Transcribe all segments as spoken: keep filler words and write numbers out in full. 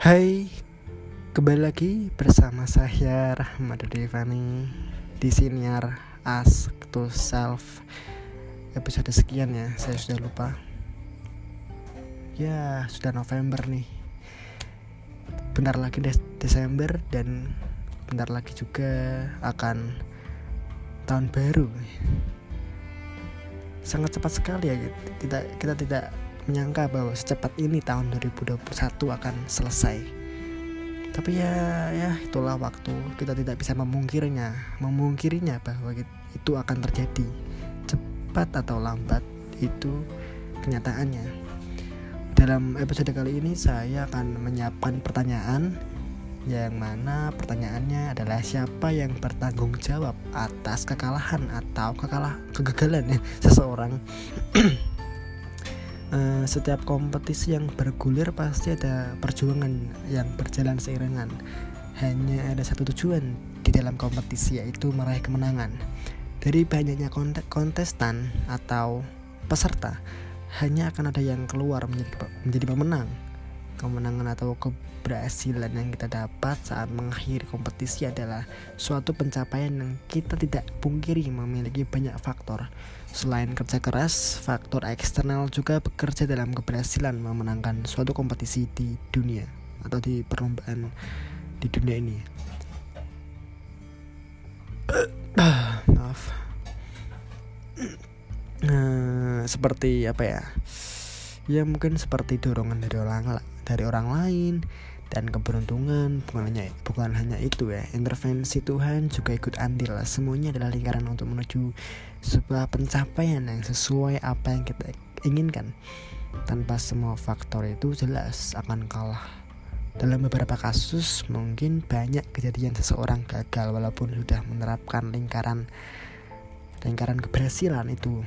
Hai, kembali lagi bersama saya Rahmat Devani di siniar Ask to Self episode sekian ya, saya sudah lupa. Ya, sudah November nih. Bentar lagi Des- Desember dan bentar lagi juga akan tahun baru. Sangat cepat sekali ya, kita, kita tidak menyangka bahwa secepat ini tahun dua ribu dua puluh satu akan selesai. Tapi ya, ya itulah waktu. Kita tidak bisa memungkirinya, memungkirinya bahwa itu akan terjadi. Cepat atau lambat, itu kenyataannya. Dalam episode kali ini saya akan menyiapkan pertanyaan, yang mana pertanyaannya adalah siapa yang bertanggung jawab atas kekalahan atau kekalah kegagalan ya, seseorang. Uh, setiap kompetisi yang bergulir pasti ada perjuangan yang berjalan seiringan. Hanya ada satu tujuan di dalam kompetisi, yaitu meraih kemenangan. Dari banyaknya kontestan atau peserta, hanya akan ada yang keluar menjadi, menjadi pemenang. Kemenangan atau keberhasilan yang kita dapat saat mengakhiri kompetisi adalah suatu pencapaian yang kita tidak pungkiri memiliki banyak faktor. Selain kerja keras, faktor eksternal juga bekerja dalam keberhasilan memenangkan suatu kompetisi di dunia atau di perlombaan di dunia ini. Maaf. Nah, seperti apa ya? Ya mungkin seperti dorongan dari orang dari orang lain dan keberuntungan. Bukan hanya bukan hanya itu ya, intervensi Tuhan juga ikut andil. Semuanya adalah lingkaran untuk menuju sebuah pencapaian yang sesuai apa yang kita inginkan. Tanpa semua faktor itu jelas akan kalah. Dalam beberapa kasus mungkin banyak kejadian seseorang gagal walaupun sudah menerapkan lingkaran lingkaran keberhasilan itu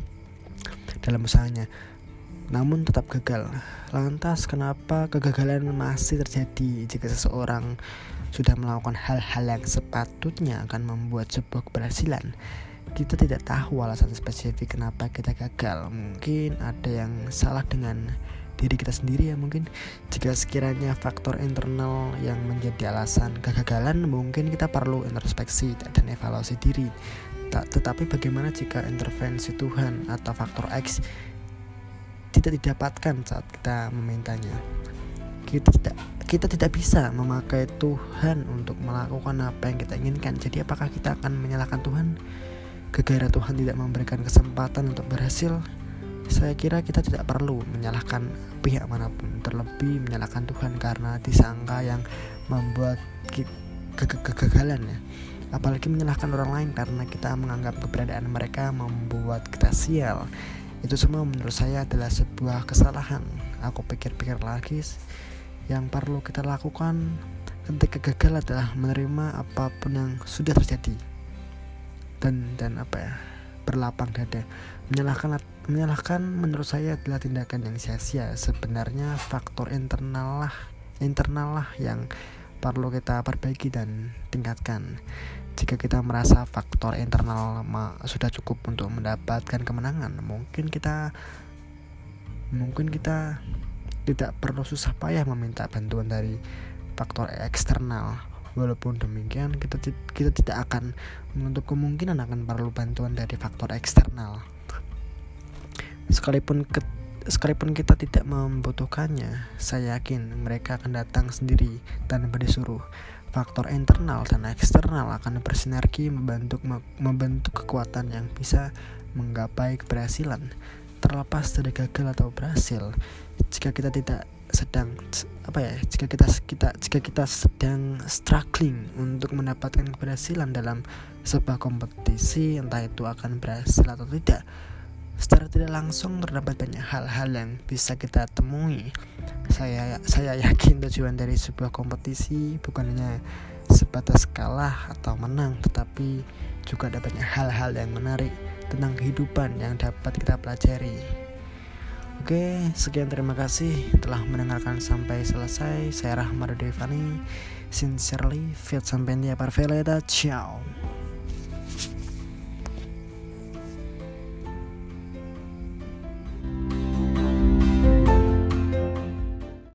dalam usahanya, namun tetap gagal. Lantas kenapa kegagalan masih terjadi jika seseorang sudah melakukan hal-hal yang sepatutnya akan membuat sebuah keberhasilan? Kita tidak tahu alasan spesifik kenapa kita gagal. Mungkin ada yang salah dengan diri kita sendiri ya mungkin. Jika sekiranya faktor internal yang menjadi alasan kegagalan, mungkin kita perlu introspeksi dan evaluasi diri. Tetapi bagaimana jika intervensi Tuhan atau faktor X tidak didapatkan saat kita memintanya? Kita tidak kita tidak bisa memakai Tuhan untuk melakukan apa yang kita inginkan. Jadi apakah kita akan menyalahkan Tuhan gara-gara Tuhan tidak memberikan kesempatan untuk berhasil? Saya kira kita tidak perlu menyalahkan pihak manapun, terlebih menyalahkan Tuhan karena disangka yang membuat kegagalan ya. Apalagi menyalahkan orang lain karena kita menganggap keberadaan mereka membuat kita sial. Itu semua menurut saya adalah sebuah kesalahan. Aku pikir-pikir lagi, yang perlu kita lakukan ketika gagal adalah menerima apapun yang sudah terjadi dan dan apa ya, berlapang dada. Menyalahkan menyalahkan menurut saya adalah tindakan yang sia-sia. Sebenarnya faktor internal lah internal lah yang perlu kita perbaiki dan tingkatkan. Jika kita merasa faktor internal ma- sudah cukup untuk mendapatkan kemenangan, mungkin kita mungkin kita tidak perlu susah payah meminta bantuan dari faktor eksternal. Walaupun demikian, kita kita tidak akan menutup kemungkinan akan perlu bantuan dari faktor eksternal. Sekalipun ke, sekalipun kita tidak membutuhkannya, saya yakin mereka akan datang sendiri tanpa disuruh. Faktor internal dan eksternal akan bersinergi membentuk membentuk kekuatan yang bisa menggapai keberhasilan. Terlepas dari gagal atau berhasil, jika kita tidak sedang apa ya, jika kita kita jika kita sedang struggling untuk mendapatkan keberhasilan dalam sebuah kompetisi, entah itu akan berhasil atau tidak, secara tidak langsung terdapat banyak hal-hal yang bisa kita temui. Saya saya yakin tujuan dari sebuah kompetisi bukan hanya sebatas kalah atau menang, tetapi juga ada banyak hal-hal yang menarik tentang kehidupan yang dapat kita pelajari. Oke, sekian, terima kasih telah mendengarkan sampai selesai. Saya Rahmat Devani. Sincerely, Fiat Sampai Dia Parveleta. Ciao.